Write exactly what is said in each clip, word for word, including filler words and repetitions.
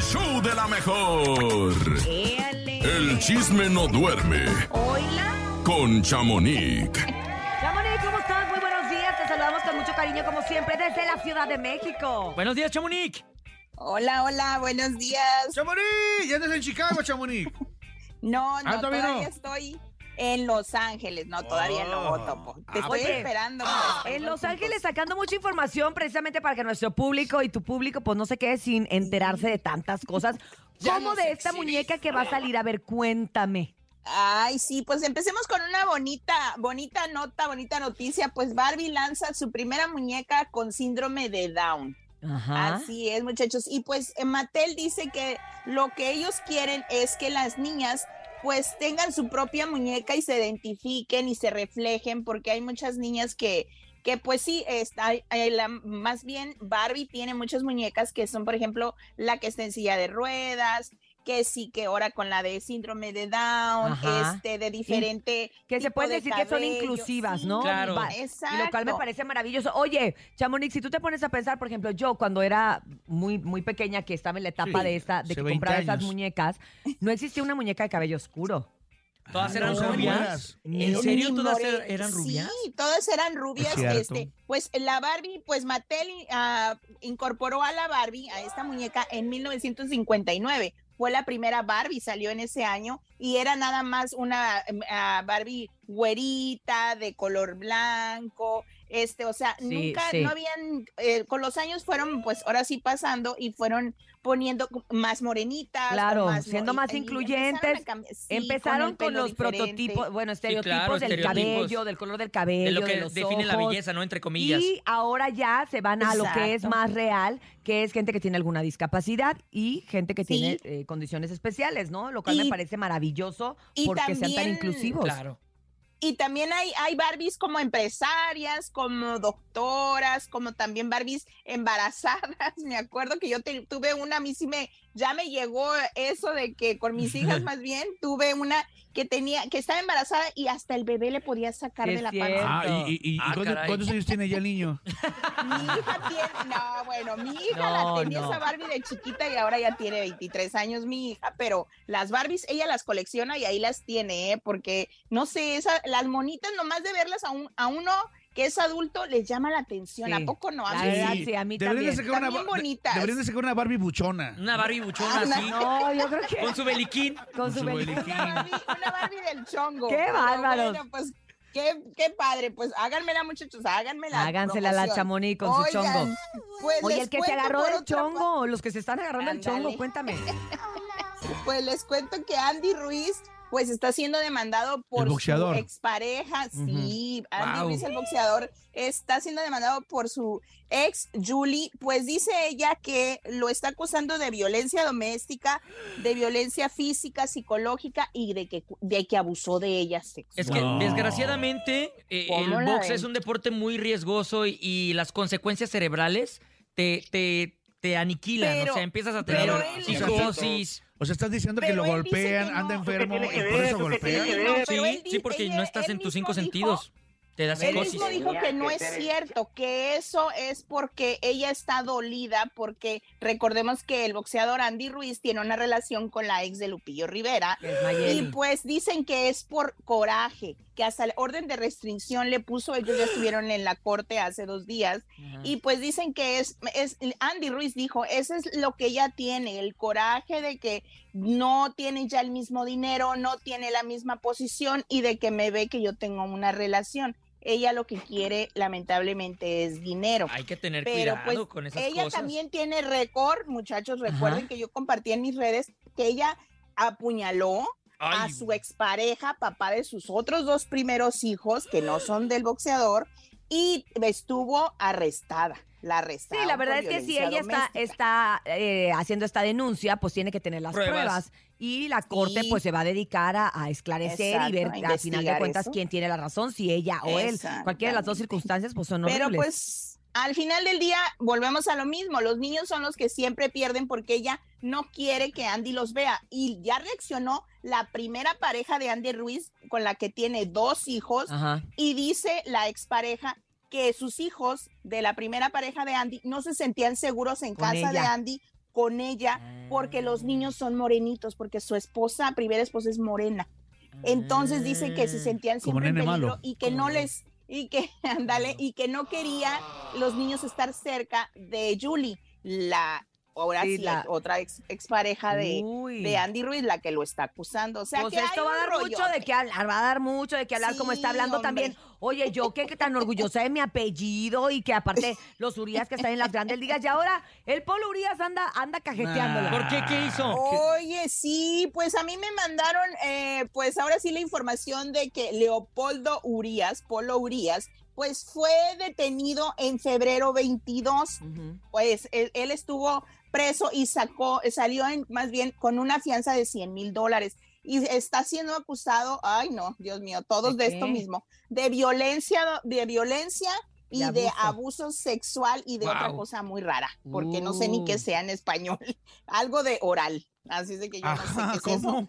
show de la mejor. ¡Éale! El chisme no duerme Hola. con Chamonix. Chamonix, ¿cómo estás? Muy buenos días. Te saludamos con mucho cariño, como siempre, desde la Ciudad de México. Buenos días, Chamonix. Hola, hola, buenos días. ¡Chamonix! ¿Ya andas en Chicago, Chamonix? No, no, Ah, ¿todavía todavía no? estoy en Los Ángeles. No, todavía no, Oh. Topo. Te Ah, estoy oye, esperando. En Los Ángeles sacando mucha información precisamente para que nuestro público y tu público pues no se quede sin enterarse de tantas cosas. Ya Como nos de esta exhibiste. muñeca que va a salir. A ver, cuéntame. Ay, sí, pues empecemos con una bonita, bonita nota, bonita noticia. Pues Barbie lanza su primera muñeca con síndrome de Down. Ajá. Así es, muchachos. Y pues eh, Mattel dice que lo que ellos quieren es que las niñas pues tengan su propia muñeca y se identifiquen y se reflejen, porque hay muchas niñas que, que pues sí, está, eh, la- más bien Barbie tiene muchas muñecas que son, por ejemplo, la que está en silla de ruedas, que sí, que ahora con la de síndrome de Down, Ajá. este, de diferente Que se tipo puede de decir que son cabello. inclusivas, Sí, ¿no? Claro. Va- Exacto. Y lo cual me parece maravilloso. Oye, Chamonix, si tú te pones a pensar, por ejemplo, yo cuando era muy, muy pequeña, que estaba en la etapa Sí, de esta, de hace que veinte compraba esas años. muñecas, no existía una muñeca de cabello oscuro. ¿Todas Ah, eran no, rubias? no, ¿En Eh, serio ni todas more- er- eran rubias? Sí, todas eran rubias. Es cierto. Este, pues la Barbie, pues Mattel ah, incorporó a la Barbie, a esta muñeca, en mil novecientos cincuenta y nueve. Fue la primera Barbie, salió en ese año y era nada más una em, ah, Barbie güerita, de color blanco, este, o sea, Sí, nunca, sí. no habían, eh, con los años fueron, pues ahora sí pasando y fueron poniendo más morenitas. Claro, o más siendo mo- más y- y empezaron incluyentes. a cambiar- sí, Empezaron el con, pelo los diferente. prototipos, bueno, estereotipos claro, del estereotipos. cabello, del color del cabello, De lo que los define la ojos. belleza, ¿no? Entre comillas. Y ahora ya se van a lo que es Exacto. más real, que es gente que tiene alguna discapacidad y gente que Sí. tiene eh, condiciones especiales, ¿no? Lo cual me Y- parece maravilloso y porque sean tan también- inclusivos. Claro. Y también hay, hay Barbies como empresarias, como doctoras, como también Barbies embarazadas. Me acuerdo que yo te- tuve una, a mí sí me, ya me llegó eso de que con mis hijas más bien, tuve una que tenía, que estaba embarazada y hasta el bebé le podía sacar Sí, de es la cierto. panza. Ah, ¿y, y, y Ah, ¿cuántos, caray. cuántos años tiene ya el niño? Mi hija tiene, no, bueno, mi hija No, la tenía no. esa Barbie de chiquita y ahora ya tiene veintitrés años mi hija, pero las Barbies ella las colecciona y ahí las tiene, ¿eh? Porque no sé, esa, las monitas nomás de verlas a, un, a uno que es adulto les llama la atención, Sí, ¿a poco no? A la mí verdad, sí. sí, a mí Deberían de también. sacar una, Están bien ba- bonitas. deberían de sacar una Barbie buchona. Una Barbie buchona Anda. así. No, yo creo que Con su beliquín. con su su bel- beliquín. Una Barbie, una Barbie del chongo. ¡Qué Pero bárbaros! Bueno, pues qué, qué padre, pues háganmela muchachos, háganmela. Hágansela a la Chamonix con su chongo. Pues Oye, les el que se cuento agarró por del otra pa- chongo, los que se están agarrando del chongo, Ándale. cuéntame. Pues les cuento que Andy Ruiz pues está siendo demandado por El boxeador. su expareja. Sí, Andy Wow. Ruiz, el boxeador, está siendo demandado por su ex Julie. Pues dice ella que lo está acusando de violencia doméstica, de violencia física, psicológica y de que, de que abusó de ella Es que No. desgraciadamente eh, el ¿Cómo la box ven? es un deporte muy riesgoso y, y las consecuencias cerebrales te, te, te aniquilan. Pero- o sea, empiezas a pero tener él- psicosis. O sea, estás diciendo que Pero lo él dice golpean, que no. anda ¿Qué enfermo tiene y que por ver? eso ¿Qué golpea. tiene que No, ver? pero él Sí, di- sí, porque ella- no estás él en tus mismo cinco dijo- sentidos. Te da Él psicosis. mismo dijo que no es cierto, que eso es porque ella está dolida, porque recordemos que el boxeador Andy Ruiz tiene una relación con la ex de Lupillo Rivera. Que es Y Mayeli. pues dicen que es por coraje, que hasta el orden de restricción le puso, ellos ya estuvieron en la corte hace dos días, Ajá. y pues dicen que es, es, Andy Ruiz dijo, eso es lo que ella tiene, el coraje de que no tiene ya el mismo dinero, no tiene la misma posición y de que me ve que yo tengo una relación. Ella lo que quiere lamentablemente es dinero. Hay que tener Pero cuidado pues con esas ella cosas. también tiene récord, muchachos, recuerden Ajá. que yo compartí en mis redes que ella apuñaló a Ay, su expareja, papá de sus otros dos primeros hijos, que no son del boxeador, y estuvo arrestada. La arrestaron Sí, la verdad por es que si violencia ella está, doméstica. está eh, haciendo esta denuncia, pues tiene que tener las pruebas. Pruebas. Y la corte Sí. pues se va a dedicar a, a esclarecer Exacto, y ver a al final de investigar cuentas eso. quién tiene la razón, si ella o él. Cualquiera de las dos Exactamente. circunstancias pues son Pero horribles. pues al final del día volvemos a lo mismo, los niños son los que siempre pierden porque ella no quiere que Andy los vea y ya reaccionó la primera pareja de Andy Ruiz con la que tiene dos hijos Ajá. y dice la expareja que sus hijos de la primera pareja de Andy no se sentían seguros en Con casa de ella. Andy con ella Ah. porque los niños son morenitos, porque su esposa, primera esposa es morena. Entonces dice que se sentían Como siempre en nene peligro malo. y que no les, y que, ándale, y que no quería los niños estar cerca de Julie, la, ahora Sí, sí, la- otra ex, expareja de, Uy. de Andy Ruiz, la que lo está acusando. O sea Pues que esto hay va a un dar mucho rollote. de qué hablar, va a dar mucho de qué hablar, como Sí, está hablando hombre. también. Oye, yo que, que tan orgullosa de mi apellido y que aparte los Urias que están en las grandes ligas y ahora el Polo Urias anda, anda cajeteándolo. Nah. ¿Por qué? ¿Qué hizo? Oye, sí, pues a mí me mandaron, eh, pues ahora sí la información de que Leopoldo Urias, Polo Urias, pues fue detenido en febrero veintidós. Ujú. Pues él, él estuvo preso y sacó, salió en, más bien con una fianza de cien mil dólares. Y está siendo acusado, ay no, Dios mío, todos ¿De de, qué? esto mismo, de violencia, de violencia y De de abuso. abuso sexual y de otra Guau. cosa muy rara, porque no sé ni qué Uh. sea en español, algo de oral, así es de que yo no sé Ajá, qué es ¿cómo?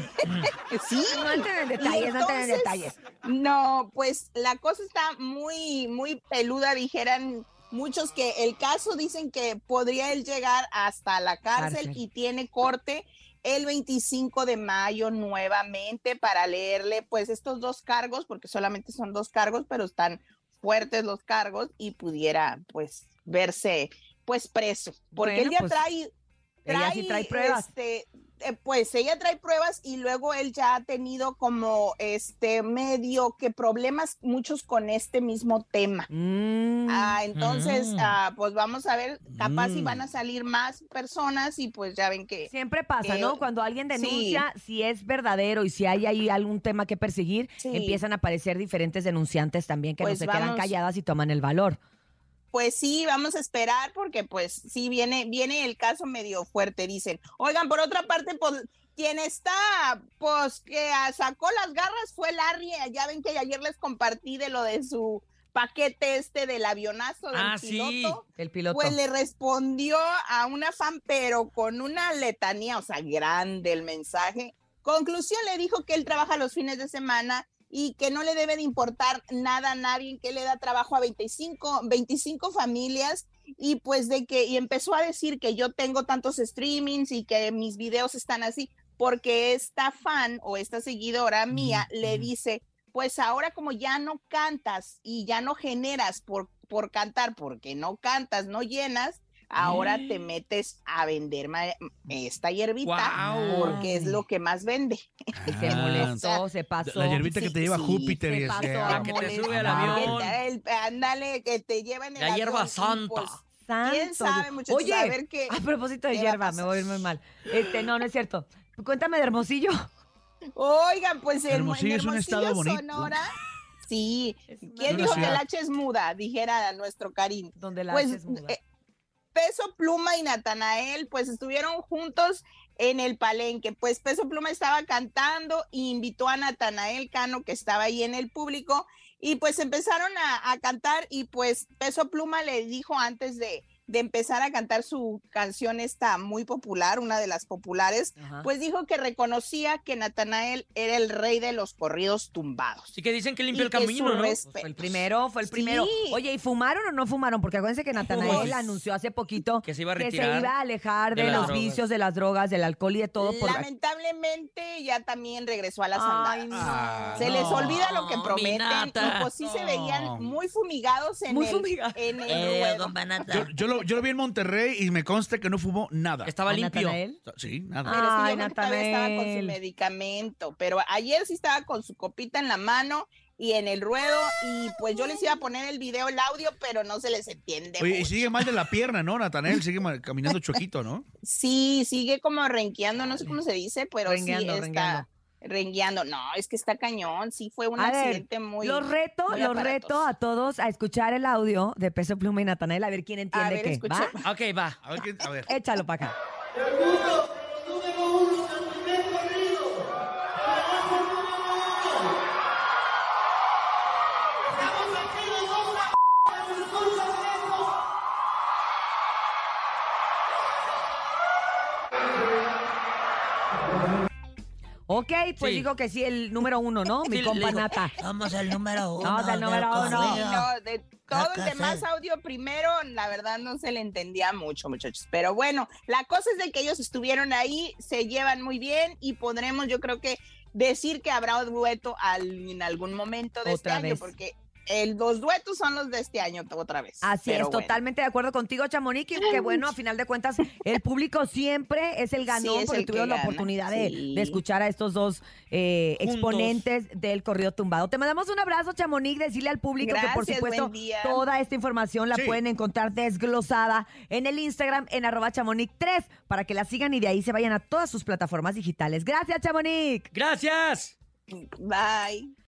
eso. Sí, No entren en detalles, no entren en entonces, detalles. no, pues la cosa está muy, muy peluda, dijeran muchos que el caso dicen que podría él llegar hasta la cárcel, Cárcel. y tiene corte el veinticinco de mayo nuevamente para leerle pues estos dos cargos, porque solamente son dos cargos, pero están fuertes los cargos y pudiera pues verse pues preso, porque Bueno, él ya pues, trae, ella sí trae pruebas. este, eh, pues ella trae pruebas y luego él ya ha tenido como este medio que problemas muchos con este mismo tema. Mm. Ah, entonces, Mm. ah, pues vamos a ver, capaz si Mm. van a salir más personas y pues ya ven que Siempre pasa, que- ¿no? Cuando alguien sí. denuncia, si es verdadero y si hay ahí algún tema que perseguir, Sí. empiezan a aparecer diferentes denunciantes también que Pues no se quedan vamos. calladas y toman el valor. Pues sí, vamos a esperar porque pues sí viene, viene el caso medio fuerte, dicen. Oigan, por otra parte, pues quien está, pues que ah, sacó las garras fue Larry. Ya ven que ayer les compartí de lo de su paquete este del avionazo del Ah, sí. piloto. El piloto. Pues le respondió a una fan, pero con una letanía, o sea, grande el mensaje. Conclusión, le dijo que él trabaja los fines de semana y que no le debe de importar nada a nadie, que le da trabajo a veinticinco, veinticinco familias, y pues de que, y empezó a decir que yo tengo tantos streamings y que mis videos están así, porque esta fan o esta seguidora mía Ujú, le ujú. dice, pues ahora como ya no cantas y ya no generas por, por cantar, porque no cantas, no llenas, ahora te metes a vender ma- esta hierbita Guau. porque es lo que más vende. Y se Ah, molestó, se pasó. La hierbita que Sí, te lleva a sí, Júpiter se y pasó ese- a La que te sube al molestar. avión. El- el- ándale, que te llevan en La hierba santa. ¿quién sabe, Dios. muchachos? Oye, A ver qué- a propósito de qué va a hierba, me pasar. voy a ir muy mal. Este, no, no es cierto. Cuéntame de Hermosillo. Oigan, pues en Hermosillo en es un Hermosillo, estado bonito. Sonora. Sí. Es una ¿Quién una dijo que ciudad. el H es muda? Dijera nuestro Karim. Donde la Pues haces muda. eh, Peso Pluma y Natanael pues estuvieron juntos en el palenque. Pues Peso Pluma estaba cantando e invitó a Natanael Cano, que estaba ahí en el público, y pues empezaron a, a cantar, y pues Peso Pluma le dijo antes de, de empezar a cantar su canción esta muy popular, una de las populares, Ajá. pues dijo que reconocía que Natanael era el rey de los corridos tumbados. Sí que dicen que limpió Y el que camino, su ¿no? res- Pues fue el primero, fue el primero. Sí. Oye, ¿y fumaron o no fumaron? Porque acuérdense que Natanael Uy. anunció hace poquito Que se iba a que retirar se iba a alejar de de, las los drogas. vicios, de las drogas, del alcohol y de todo. Por... Lamentablemente ya también regresó a las Ay, andadas. no. Ah, Se no. les olvida lo que mi prometen, Nata. y pues sí se No. veían muy fumigados en Muy el, fumigados. en el Eh, ruedo. con banata. Yo, yo lo, yo lo vi en Monterrey y me consta que no fumó nada. Estaba ¿A limpio. Natanael? Sí, nada. Pero es que Ay, yo creo que todavía estaba con su Natanael. medicamento, pero ayer sí estaba con su copita en la mano y en el ruedo, y pues yo les iba a poner el video, el audio, pero no se les entiende Oye, y mucho. sigue mal de la pierna, ¿no, Natanael? Sigue mal- caminando choquito, ¿no? Sí, sigue como renqueando, no sé cómo se dice, pero Rengueando, sí rengueando. está rengueando. No, es que está cañón, sí fue un A ver, accidente muy... los reto, muy los aparatoso. reto a todos a escuchar el audio de Peso Pluma y Natanael, a ver quién entiende A ver, qué. escucha. ¿Va? Ok, va. A ver, ¿quién- a ver. Échalo para acá. Ok, pues Sí. digo que sí, el número uno, ¿no? Mi Sí, compa le digo, Nata. Somos el número uno. Vamos al del número uno. corrido. Sí, no, de todo ¿Qué el demás hacer? audio primero, la verdad no se le entendía mucho, muchachos. Pero bueno, la cosa es de que ellos estuvieron ahí, se llevan muy bien y podremos, yo creo que decir que habrá dueto al- en algún momento de este Otra año, vez. porque el, los duetos son los de este año otra vez. Así Pero es, bueno. totalmente de acuerdo contigo, Chamonix, y que bueno, a final de cuentas, el público siempre es el ganón Sí, es porque el que tuvimos la gana, oportunidad de, sí. de escuchar a estos dos eh, Juntos. exponentes del corrido tumbado. Te mandamos un abrazo, Chamonix, decirle al público que por Gracias, supuesto buen día. toda esta información la Sí. pueden encontrar desglosada en el Instagram en arroba chamonix tres para que la sigan y de ahí se vayan a todas sus plataformas digitales. Gracias, Chamonix. Gracias. Bye.